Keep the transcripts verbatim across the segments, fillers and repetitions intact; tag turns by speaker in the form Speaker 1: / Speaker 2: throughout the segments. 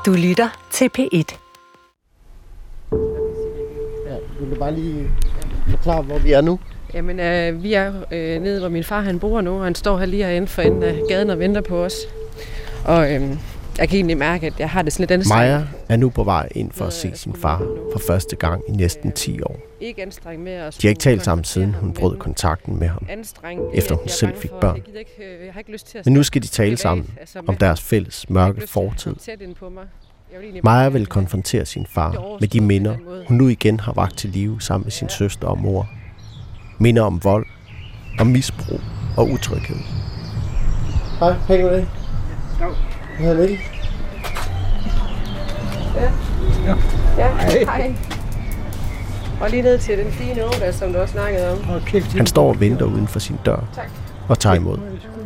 Speaker 1: Du lytter til P et.
Speaker 2: Ja, vil du bare lige forklare, hvor vi er nu?
Speaker 3: Jamen, øh, vi er øh, nede, hvor min far han bor nu, og han står her lige herinde for enden af gaden og venter på os. Og øh, jeg kan egentlig mærke, at jeg har det sådan lidt andet.
Speaker 2: Maja er nu på vej ind for at se sin far for første gang i næsten ti år.
Speaker 3: Ikke anstreng med at
Speaker 2: De har ikke talt sammen, siden hun brød kontakten med ham, efter hun selv fik børn. Men nu skal de tale sammen om deres fælles mørke fortid. Maja vil konfrontere sin far med de minder, hun nu igen har vakt til live sammen med sin søster og mor. Minder om vold, om misbrug og utryghed. Hej, hej du det? Hej Mikkel.
Speaker 3: Ja. Ja, hej. Og lige ned til den fine å, der, som du også snakkede om.
Speaker 2: Han står og venter uden for sin dør og tager imod.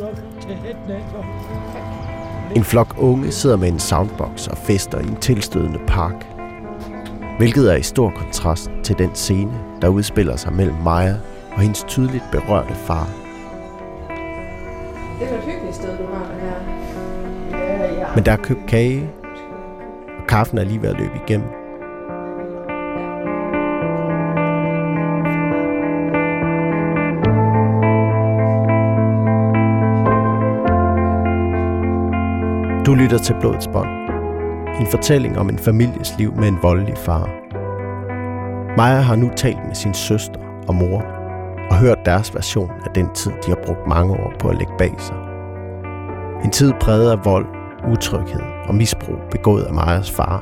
Speaker 2: En flok unge sidder med en soundbox og fester i en tilstødende park. Hvilket er i stor kontrast til den scene, der udspiller sig mellem Maja og hendes tydeligt berørte far.
Speaker 3: Det er et hyggeligt sted, du har det her.
Speaker 2: Ja, ja. Men der er købt kage, og kaffen er lige ved at løbe igennem. Du lytter til Blodets Bånd. En fortælling om en families liv med en voldelig far. Maja har nu talt med sin søster og mor og hørt deres version af den tid, de har brugt mange år på at lægge bag sig. En tid præget af vold, utryghed og misbrug begået af Majas far.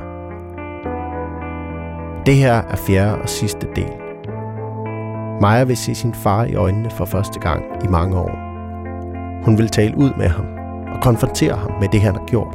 Speaker 2: Det her er fjerde og sidste del. Maja vil se sin far i øjnene for første gang i mange år. Hun vil tale ud med ham og konfrontere ham med det, han har gjort.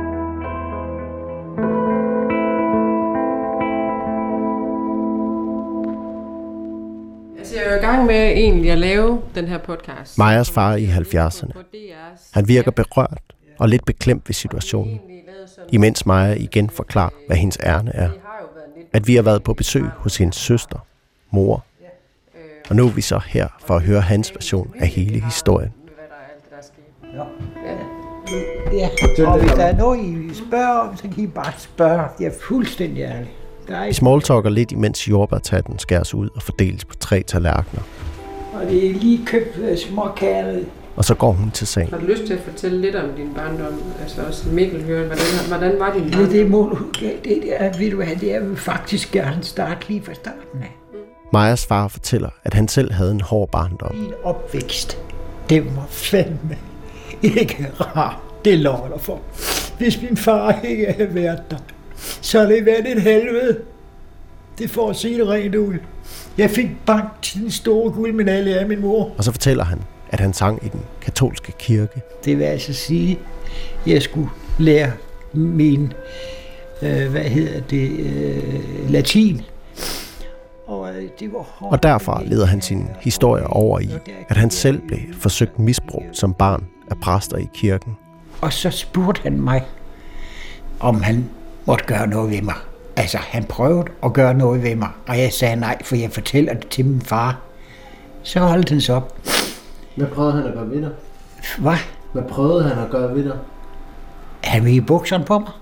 Speaker 3: Altså, jeg er jo i gang med egentlig at lave den her podcast.
Speaker 2: Majas far i halvfjerdserne. Han virker berørt og lidt beklemt ved situationen, imens Maja igen forklarer, hvad hendes ærne er. At vi har været på besøg hos hendes søster, mor, og nu er vi så her for at høre hans version af hele historien.
Speaker 4: Ja. Ja, og hvis der er noget, I spørger om, så kan I bare spørge. Jeg er fuldstændig ærlig.
Speaker 2: Vi smalltalker lidt, imens jordbærtatten skæres ud og fordeles på tre tallerkener.
Speaker 4: Og det er lige købt småkager.
Speaker 2: Og så går hun til sagen.
Speaker 3: Har du lyst til at fortælle lidt om din barndom? Altså også Mikkel hører, hvordan, hvordan var din barndom?
Speaker 4: Ja, det må du, det er, ved du hvad, det er jo faktisk gerne starte lige fra starten af.
Speaker 2: Majas far fortæller, at han selv havde en hård barndom.
Speaker 4: Min opvækst, det var fandme ikke rar. Det lover dig for. Hvis min far ikke havde været der, så er det været et helvede. Det får at sige det rent ud. Jeg fik bank til den store guldmedalje af min mor.
Speaker 2: Og så fortæller han, at han sang i den katolske kirke.
Speaker 4: Det vil altså sige, at jeg skulle lære min, øh, hvad hedder det, øh, latin. Og, øh, det var hårdt.
Speaker 2: Og derfra leder han sin historie over i, at han selv blev forsøgt misbrugt som barn af præster i kirken.
Speaker 4: Og så spurgte han mig, om han måtte gøre noget ved mig. Altså, han prøvede at gøre noget ved mig, og jeg sagde nej, for jeg fortæller det til min far. Så holdt han sig op.
Speaker 2: Hvad prøvede han at gøre ved dig?
Speaker 4: Hvad?
Speaker 2: Hvad prøvede han at gøre ved dig?
Speaker 4: Han ville i bukserne på mig.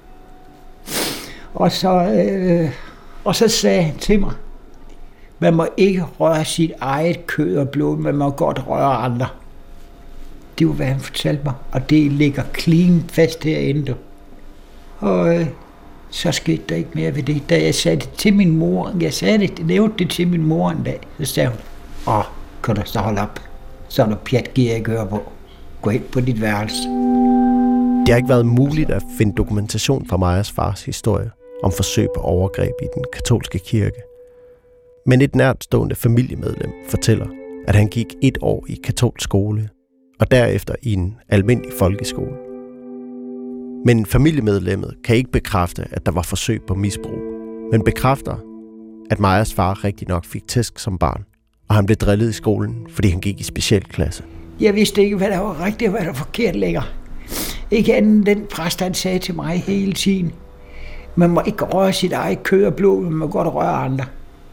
Speaker 4: Og så, øh, og så sagde han til mig, man må ikke røre sit eget kød og blod, man må godt røre andre. Det var, hvad han fortalte mig, og det ligger clean fast herinde. Og øh, så skete der ikke mere ved det. Da jeg sagde det til min mor, jeg sagde det, nævnte det til min mor en dag, så sagde hun, åh, kan du så holde op? Så er der pjat, giver jeg ikke høre på. Gå ind på dit værelse.
Speaker 2: Det har ikke været muligt at finde dokumentation fra Majas fars historie om forsøg på overgreb i den katolske kirke. Men et nærtstående familiemedlem fortæller, at han gik et år i katolsk skole, og derefter i en almindelig folkeskole. Men familiemedlemmet kan ikke bekræfte, at der var forsøg på misbrug, men bekræfter, at Majas far rigtig nok fik tæsk som barn, og han blev drillet i skolen, fordi han gik i specialklasse.
Speaker 4: Jeg vidste ikke, hvad der var rigtigt og hvad der var forkert længere. Ikke andet den præst, han sagde til mig hele tiden. Man må ikke røre sit eget kød og blod, man må godt røre andre.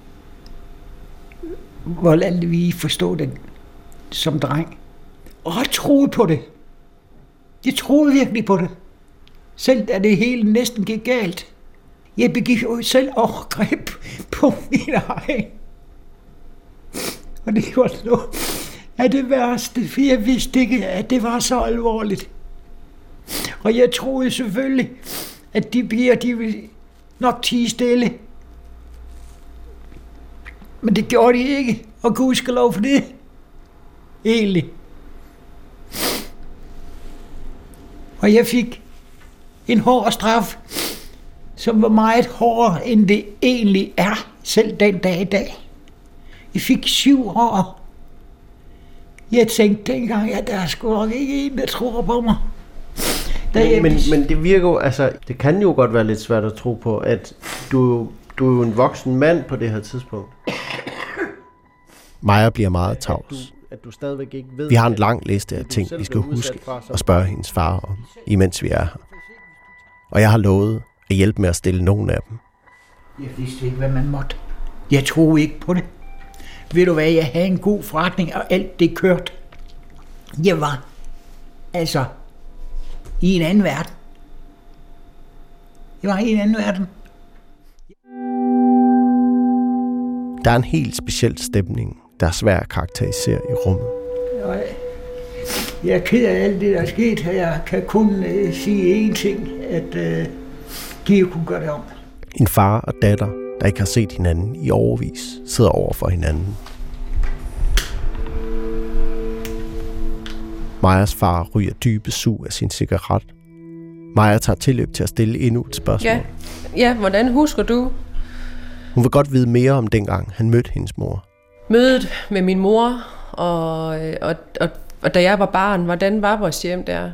Speaker 4: Hvordan vi forstå den som dreng. Og jeg troede på det. Jeg troede virkelig på det. Selv da det hele næsten gik galt. Jeg begik jo selv overgreb på min egen. Og det var noget af det værste, for jeg vidste ikke, at det var så alvorligt. Og jeg troede selvfølgelig, at de piger, de ville nok tie stille. Men det gjorde de ikke, og gudskelov for det. Egentlig. Og jeg fik en hård straf, som var meget hårdere, end det egentlig er, selv den dag i dag. Jeg fik syv år. Jeg tænkte dengang, at der er sgu nok ikke en, der tror på mig.
Speaker 2: Men, men, men det virker jo, altså, det kan jo godt være lidt svært at tro på, at du, du er jo en voksen mand på det her tidspunkt. Maja bliver meget tavs. At du stadigvæk ikke ved, vi har en lang liste af ting, vi skal huske og spørge hendes far om, imens vi er her. Og jeg har lovet at hjælpe med at stille nogen af dem.
Speaker 4: Jeg vidste ikke, hvad man måtte. Jeg troede ikke på det. Ved du hvad, jeg havde en god forretning, og alt det kørte. Jeg var altså i en anden verden. Jeg var i en anden verden.
Speaker 2: Der er en helt speciel stemning, der er svær at karakterisere i rummet.
Speaker 4: Jeg er ked af alt det, der er sket, og jeg kan kun uh, sige én ting, at uh, Geo kunne gøre det om.
Speaker 2: En far og datter, der ikke har set hinanden i årevis, sidder over for hinanden. Majas far ryger dybe sug af sin cigaret. Maja tager tilløb til at stille endnu et spørgsmål.
Speaker 3: Ja, ja, hvordan husker du?
Speaker 2: Hun vil godt vide mere om dengang, han mødte hendes mor.
Speaker 3: Mødet med min mor, og, og, og, og da jeg var barn, hvordan var vores hjem der?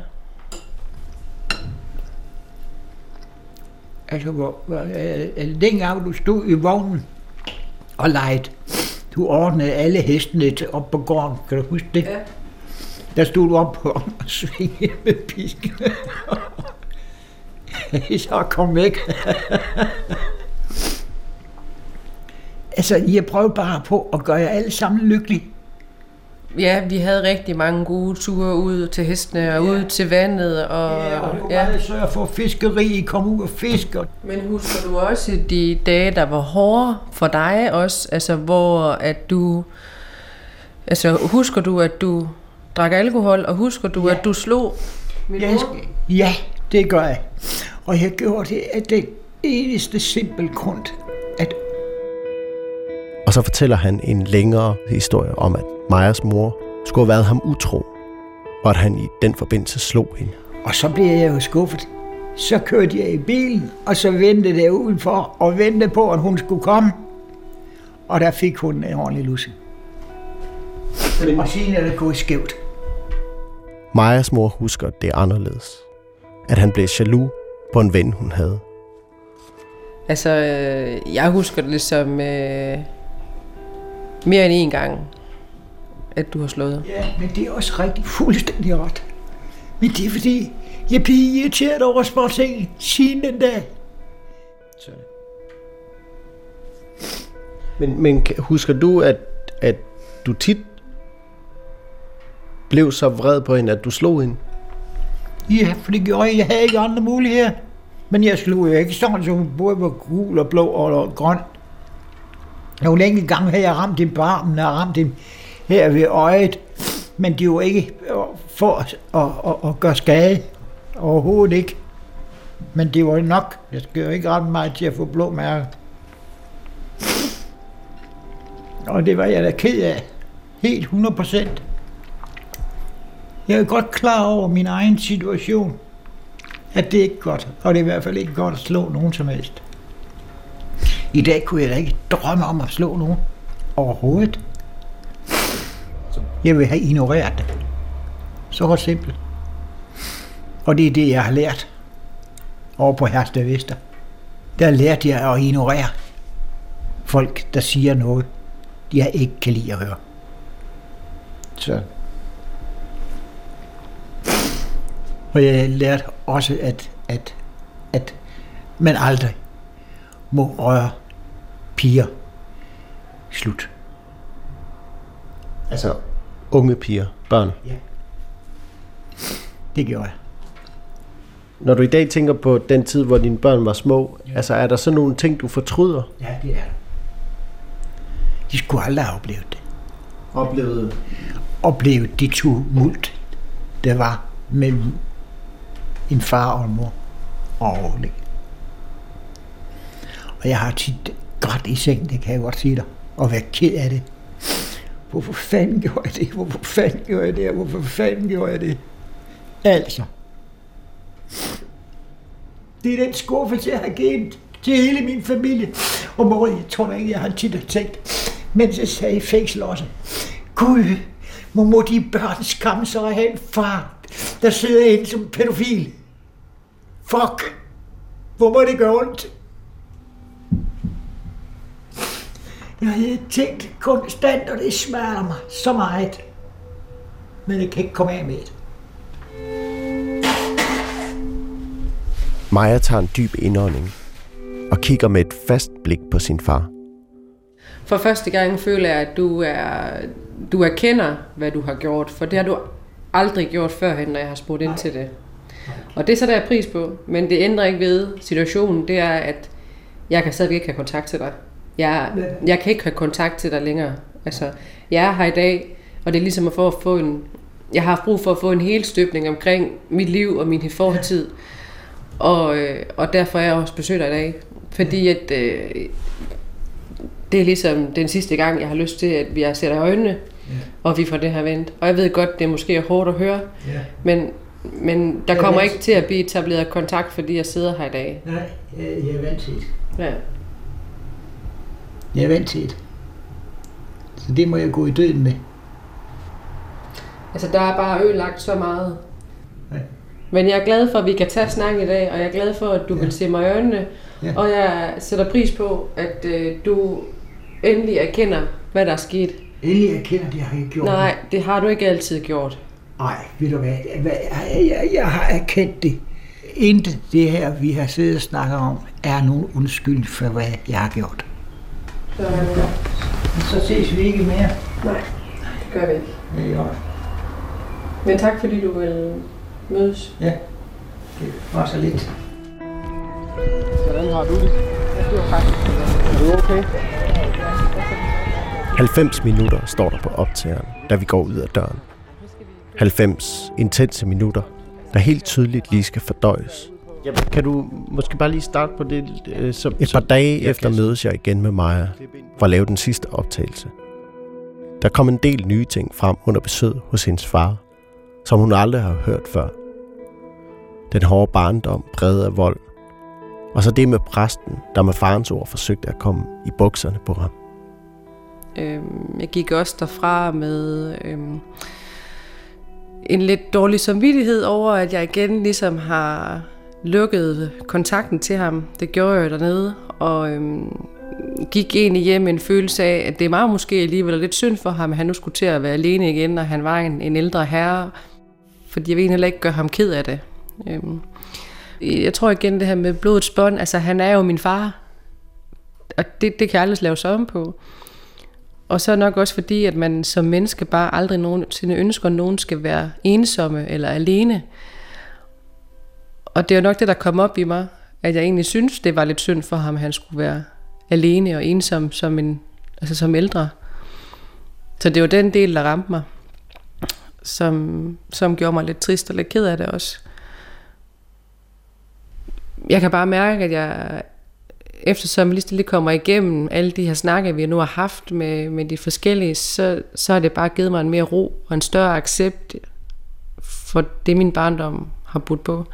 Speaker 4: Altså, hvor, hvor, øh, dengang du stod i vognen og legede, du ordnede alle hestene op på gården, kan du huske det? Ja. Der stod du op på og svingede med pisken. Så kom væk. Altså, jeg prøvede bare på at gøre jer alle sammen lykkelige.
Speaker 3: Ja, vi havde rigtig mange gode ture ud til hestene og ja. ud til vandet. Og,
Speaker 4: ja, og du ja. sørge for fiskeri, kom ud og fiske.
Speaker 3: Men husker du også de dage, der var hårde for dig også? Altså, hvor at du... Altså, husker du, at du drak alkohol, og husker du, ja. at du slog min
Speaker 4: ja,
Speaker 3: mor?
Speaker 4: Ja, det gør jeg. Og jeg gjorde det af den eneste simpel grund, at...
Speaker 2: Og så fortæller han en længere historie om, at Majas mor skulle have været ham utro, og at han i den forbindelse slog hende.
Speaker 4: Og så blev jeg jo skuffet. Så kørte jeg i bilen, og så ventede jeg udenfor og ventede på, at hun skulle komme. Og der fik hun en ordentlig lusse. Men og siden er det gået skævt.
Speaker 2: Majas mor husker det anderledes. At han blev jaloux på en ven, hun havde.
Speaker 3: Altså, jeg husker det som øh, mere end en gang, at du har slået.
Speaker 4: Ja, men det er også rigtig fuldstændig ret. Men det er fordi, jeg blev irriteret over småting siden den dag. Så.
Speaker 2: Men, men husker du, at, at du tit blev så vred på hende, at du slog hende?
Speaker 4: Ja, for det gjorde jeg. Jeg havde ikke andre muligheder. Men jeg slog jo ikke sådan, så hun både var gul og blå og grøn. Nogle enkelte gange havde jeg ramt hende på armen og ramt hende her ved øjet. Men det var ikke for at, at, at, at gøre skade. Overhovedet ikke. Men det var nok. Jeg skal jo ikke ramme mig til at få blå mærker. Og det var jeg da ked af. Helt hundrede procent. Jeg er godt klar over min egen situation. At det er ikke godt. Og det er i hvert fald ikke godt at slå nogen som helst. I dag kunne jeg da ikke drømme om at slå nogen. Overhovedet. Jeg vil have ignoreret det. Så simpelt. Og det er det, jeg har lært. Over på Herstedvester. Der lærte jeg at ignorere folk, der siger noget, de jeg ikke kan lide at høre. Så. Og jeg lærte også, at, at, at man aldrig må røre piger. Slut.
Speaker 2: Altså unge piger, børn?
Speaker 4: Ja. Det gjorde jeg.
Speaker 2: Når du i dag tænker på den tid, hvor dine børn var små, ja. altså er der så nogle ting, du fortryder?
Speaker 4: Ja, det er. De skulle aldrig have oplevet det.
Speaker 2: Oplevet?
Speaker 4: Oplevet de tumult, der var mellem en far og en mor overhovedet. Og jeg har tit grædt i sengen, det kan jeg godt sige dig, og været ked af det. Hvorfor fanden gjorde jeg det? Hvorfor fanden gjorde jeg det? Hvorfor fanden gjorde jeg det? Altså. Det er den skuffelse, jeg har givet til hele min familie. Og mor, jeg tror ikke, jeg har tit tænkt, mens jeg sagde i fængsel også. Gud, hvor må de børn skamme sig at have en far, der sidder inde som pædofil. Fuck. Hvor må det gøre ondt? Jeg havde tænkt konstant, og det smerter mig så meget. Men jeg kan ikke komme af med det.
Speaker 2: Maja tager en dyb indånding og kigger med et fast blik på sin far.
Speaker 3: For første gang føler jeg, at du, er, du erkender, hvad du har gjort. For det har du aldrig gjort førhen, når jeg har spurgt ind til det. Og det sætter jeg pris på. Men det ændrer ikke ved situationen. Det er, at jeg kan stadigvæk ikke have kontakt til dig. Jeg, jeg kan ikke have kontakt til dig længere. Altså, jeg er her i dag, og det er ligesom at få, at få en... Jeg har brug for at få en helstøbning omkring mit liv og min fortid. Og, og derfor er jeg også besøgt dig i dag. Fordi at, øh, det er ligesom den sidste gang, jeg har lyst til, at vi har set i øjnene, yeah. og vi får det her vendt. Og jeg ved godt, det er måske hårdt at høre, yeah. men, men der kommer ikke til at blive etableret kontakt, fordi jeg sidder her i dag.
Speaker 4: Nej, jeg er vant til det.
Speaker 3: Ja.
Speaker 4: Jeg er vant til det. Så det må jeg gå i døden med.
Speaker 3: Altså, der er bare ødelagt så meget. Nej. Men jeg er glad for, at vi kan tage snakken i dag, og jeg er glad for, at du ja. vil se mig i øjnene. Ja. Og jeg sætter pris på, at øh, du endelig erkender, hvad der er sket.
Speaker 4: Endelig erkender, det har jeg ikke gjort.
Speaker 3: Nej, det har du ikke altid gjort.
Speaker 4: Nej, ved du hvad, jeg, jeg, jeg har erkendt det. Intet det her, vi har siddet og snakket om, er nogen undskyld for, hvad jeg har gjort.
Speaker 3: Så, ja.
Speaker 4: Så ses vi ikke mere.
Speaker 3: Nej, det gør vi ikke.
Speaker 4: Ja.
Speaker 3: Men tak, fordi du vil mødes.
Speaker 4: Ja, det var så lidt.
Speaker 1: Hvordan har du det? Det var faktisk. Er du okay?
Speaker 2: halvfems minutter står der på optageren, da vi går ud af døren. halvfems intense minutter, der helt tydeligt lige skal fordøjes. Ja, kan du måske bare lige starte på det? Øh, så, Et par dage så, efter mødes jeg igen med Maja for at lave den sidste optagelse. Der kom en del nye ting frem under besøget hos hendes far, som hun aldrig har hørt før. Den hårde barndom, præget af vold. Og så det med præsten, der med farens ord forsøgte at komme i bukserne på ham.
Speaker 3: Øhm, jeg gik også derfra med øhm, en lidt dårlig samvittighed over, at jeg igen ligesom har lukket kontakten til ham. Det gjorde jeg dernede, og øhm, gik egentlig hjem med en følelse af, at det var måske alligevel lidt synd for ham, at han nu skulle til at være alene igen, og han var en, en ældre herre, fordi jeg vil heller ikke gøre ham ked af det. Øhm, jeg tror igen det her med blodets bånd, altså han er jo min far, og det, det kan jeg aldrig lave sig om på. Og så nok også fordi, at man som menneske bare aldrig nogensinde ønsker, at nogen skal være ensomme eller alene. Og det er jo nok det, der kom op i mig, at jeg egentlig synes, det var lidt synd for ham, at han skulle være alene og ensom som, en, altså som ældre. Så det var den del, der ramte mig, som, som gjorde mig lidt trist og lidt ked af det også. Jeg kan bare mærke, at jeg, eftersom lige stille kommer igennem alle de her snakker, vi nu har haft med, med de forskellige, så, så har det bare givet mig en mere ro og en større accept for det, min barndom har budt på.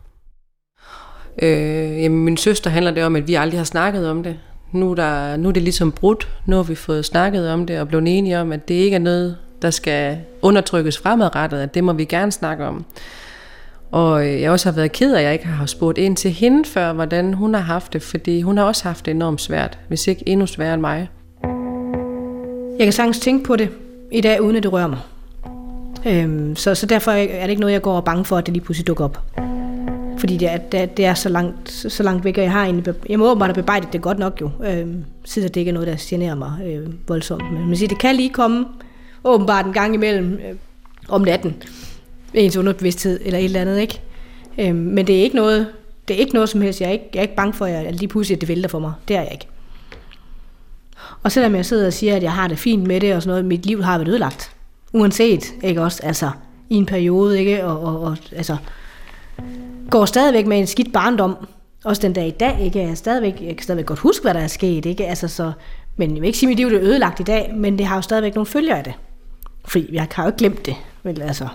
Speaker 3: Øh, jamen, min søster handler det om, at vi aldrig har snakket om det. Nu er, der, nu er det ligesom brudt. Nu har vi fået snakket om det og blevet enige om, at det ikke er noget, der skal undertrykkes fremadrettet, at det må vi gerne snakke om. Og jeg også har været ked af, at jeg ikke har spurgt ind til hende før, hvordan hun har haft det, fordi hun har også haft det enormt svært, hvis ikke endnu sværere end mig.
Speaker 5: Jeg kan sagtens tænke på det i dag, uden at det rører mig. Øhm, så, så derfor er det ikke noget, jeg går og bange for, at det lige pludselig dukker op. Fordi det er, det er så, langt, så langt væk, og jeg har egentlig, jeg må åbenbart have bebejdet det godt nok jo, øhm, siden det ikke er noget, der generer mig øh, voldsomt. Men man siger, det kan lige komme åbenbart en gang imellem øh, om natten, ens underbevidsthed eller et eller andet, ikke? Øhm, men det er ikke noget, det er ikke noget som helst. Jeg er ikke, jeg er ikke bange for, at lige pludselig det vælter for mig. Det er jeg ikke. Og selvom jeg sidder og siger, at jeg har det fint med det og sådan noget, mit liv har været ødelagt. Uanset, ikke også? Altså, i en periode, ikke? Og, og, og altså, går stadigvæk med en skidt barndom. Også den dag i dag, ikke? Jeg, stadigvæk, jeg kan stadigvæk godt huske, hvad der er sket, ikke? Altså, så, men jeg vil ikke sige, at mit liv er ødelagt i dag, men det har jo stadigvæk nogle følger af det. Fordi jeg har jo ikke glemt det, vel altså.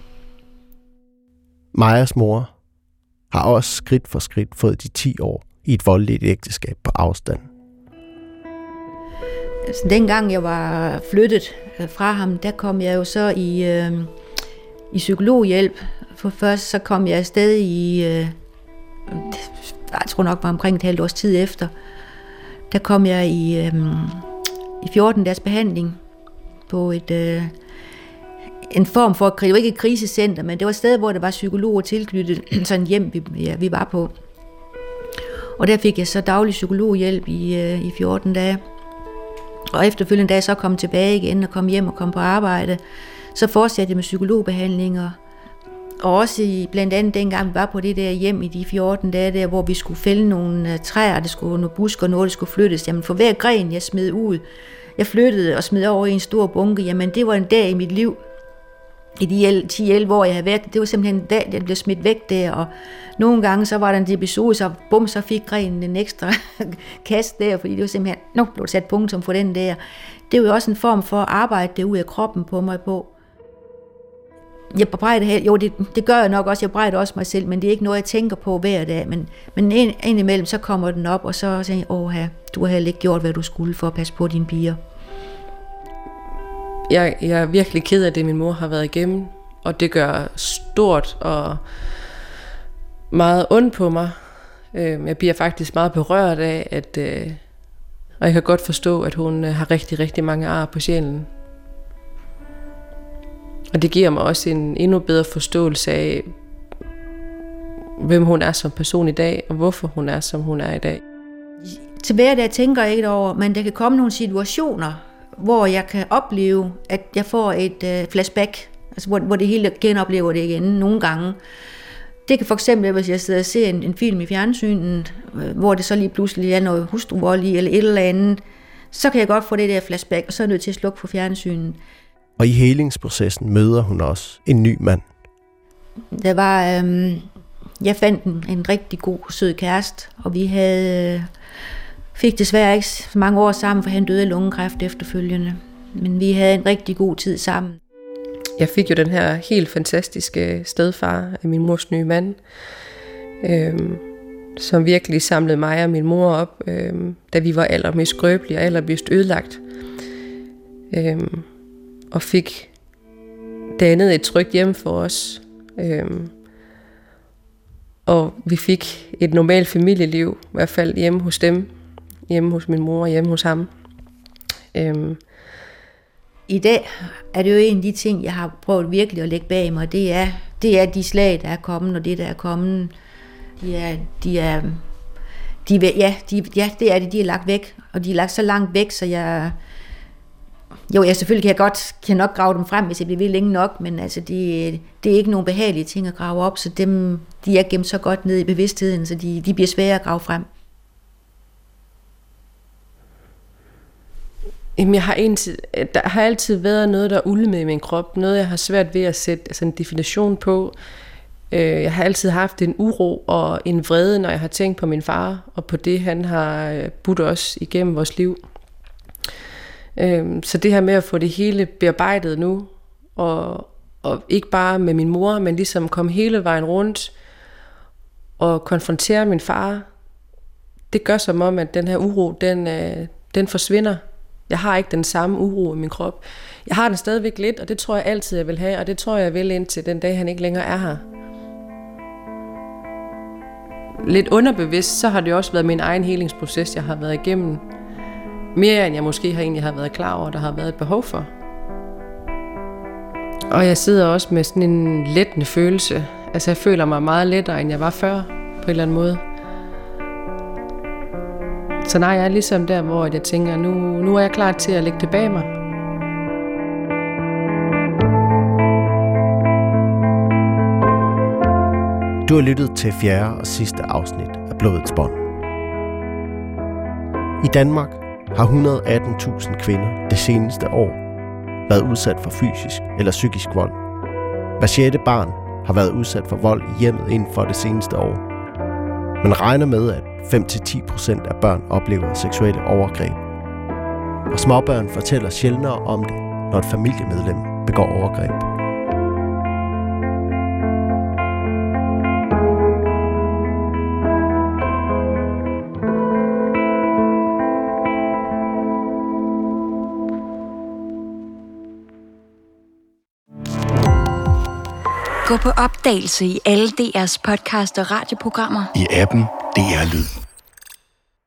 Speaker 2: Majas mor har også skridt for skridt fået de ti år i et voldeligt ægteskab på afstand.
Speaker 6: Altså, dengang jeg var flyttet fra ham, der kom jeg jo så i, øh, i psykologhjælp. For først så kom jeg afsted i, øh, jeg tror nok var omkring et halvt års tid efter, der kom jeg i, øh, i fjorten dages behandling på et, øh, en form for, det var ikke et krisecenter, men det var et sted, hvor der var psykologer tilknyttet, sådan hjem, vi, ja, vi var på. Og der fik jeg så daglig psykologhjælp i, øh, i fjorten dage. Og efterfølgende, da jeg så kom tilbage igen og kom hjem og kom på arbejde, så fortsatte jeg med psykologbehandlinger. Og også i, blandt andet dengang vi var på det der hjem i de fjorten dage der, hvor vi skulle fælde nogle træer, det skulle nogle busker, noget det skulle flyttes. Jamen for hver gren jeg smed ud, jeg flyttede og smed over i en stor bunke, jamen det var en dag i mit liv, i de ti elleve år jeg havde været, det var simpelthen en dag, jeg blev smidt væk der, og nogle gange så var der en episode, så bum, så fik grenen en ekstra kast der, fordi det var simpelthen, nu blev det sat punktum for den der. Det var jo også en form for at arbejde det ud af kroppen på mig på. Jeg bebrejder, jo det, det gør jeg nok også, jeg bebrejder også mig selv, men det er ikke noget, jeg tænker på hver dag, men, men ind, indimellem så kommer den op, og så tænker jeg, åh, du har heller ikke gjort, hvad du skulle for at passe på dine piger.
Speaker 3: Jeg, jeg er virkelig ked af det, min mor har været igennem, og det gør stort og meget ondt på mig. Jeg bliver faktisk meget berørt af, at, og jeg kan godt forstå, at hun har rigtig, rigtig mange ar på sjælen. Og det giver mig også en endnu bedre forståelse af, hvem hun er som person i dag, og hvorfor hun er, som hun er i dag.
Speaker 6: Til hverdag tænker jeg ikke over, men der kan komme nogle situationer, hvor jeg kan opleve, at jeg får et øh, flashback, altså hvor, hvor det hele genoplever det igen nogle gange. Det kan for eksempel, hvis jeg sidder og ser en, en film i fjernsynet, øh, hvor det så lige pludselig er noget hustruvold i, eller et eller andet, så kan jeg godt få det der flashback, og så er jeg nødt til at slukke på fjernsynet.
Speaker 2: Og i helingsprocessen møder hun også en ny mand.
Speaker 6: Der var, øh, jeg fandt en, en rigtig god, sød kæreste, og vi havde... Øh, fik desværre ikke så mange år sammen, for han døde af lungekræft efterfølgende. Men vi havde en rigtig god tid sammen.
Speaker 3: Jeg fik jo den her helt fantastiske stedfar af min mors nye mand, øhm, som virkelig samlede mig og min mor op, øhm, da vi var allermest skrøbelige og allermest ødelagt. Øhm, og fik dannet et trygt hjem for os. Øhm, og vi fik et normalt familieliv, i hvert fald hjemme hos dem. Hjemme hos min mor og hjemme hos ham. Øhm.
Speaker 6: I dag er det jo en af de ting, jeg har prøvet virkelig at lægge bag mig. Det er, det er de slag, der er kommet, og det, der er kommet. De er, de er, de, ja, de, ja, det er det, de er lagt væk. Og de er lagt så langt væk, så jeg... Jo, jeg selvfølgelig kan jeg godt kan nok grave dem frem, hvis jeg bliver ved længe nok, men altså, det, det er ikke nogen behagelige ting at grave op, så dem, de er gemt så godt ned i bevidstheden, så de, de bliver svære at grave frem.
Speaker 3: Jamen, jeg har, altid, der har altid været noget, der ulmede i min krop. Noget, jeg har svært ved at sætte altså en definition på. Jeg har altid haft en uro og en vrede, når jeg har tænkt på min far, og på det, han har budt os igennem vores liv. Så det her med at få det hele bearbejdet nu, og, og ikke bare med min mor, men ligesom komme hele vejen rundt og konfrontere min far, det gør som om, at den her uro, den, den forsvinder. Jeg har ikke den samme uro i min krop. Jeg har den stadigvæk lidt, og det tror jeg altid, jeg vil have, og det tror jeg, jeg vil indtil den dag, han ikke længere er her. Lidt underbevidst, så har det også været min egen helingsproces, jeg har været igennem. Mere end jeg måske har egentlig har været klar over, der har været et behov for. Og jeg sidder også med sådan en lettende følelse. Altså jeg føler mig meget lettere, end jeg var før, på en eller anden måde. Så nej, jeg er ligesom der, hvor jeg tænker, nu, nu er jeg klar til at lægge det bag mig.
Speaker 2: Du har lyttet til fjerde og sidste afsnit af Blodets Bånd. I Danmark har et hundrede og atten tusind kvinder det seneste år været udsat for fysisk eller psykisk vold. Hver sjette barn har været udsat for vold i hjemmet inden for det seneste år. Man regner med, at fem til ti procent af børn oplever seksuelle overgreb. Og småbørn fortæller sjældnere om det, når et familiemedlem begår overgreb.
Speaker 7: Gå på opdagelse i alle D R's podcast og radioprogrammer.
Speaker 8: I appen D R Lyd.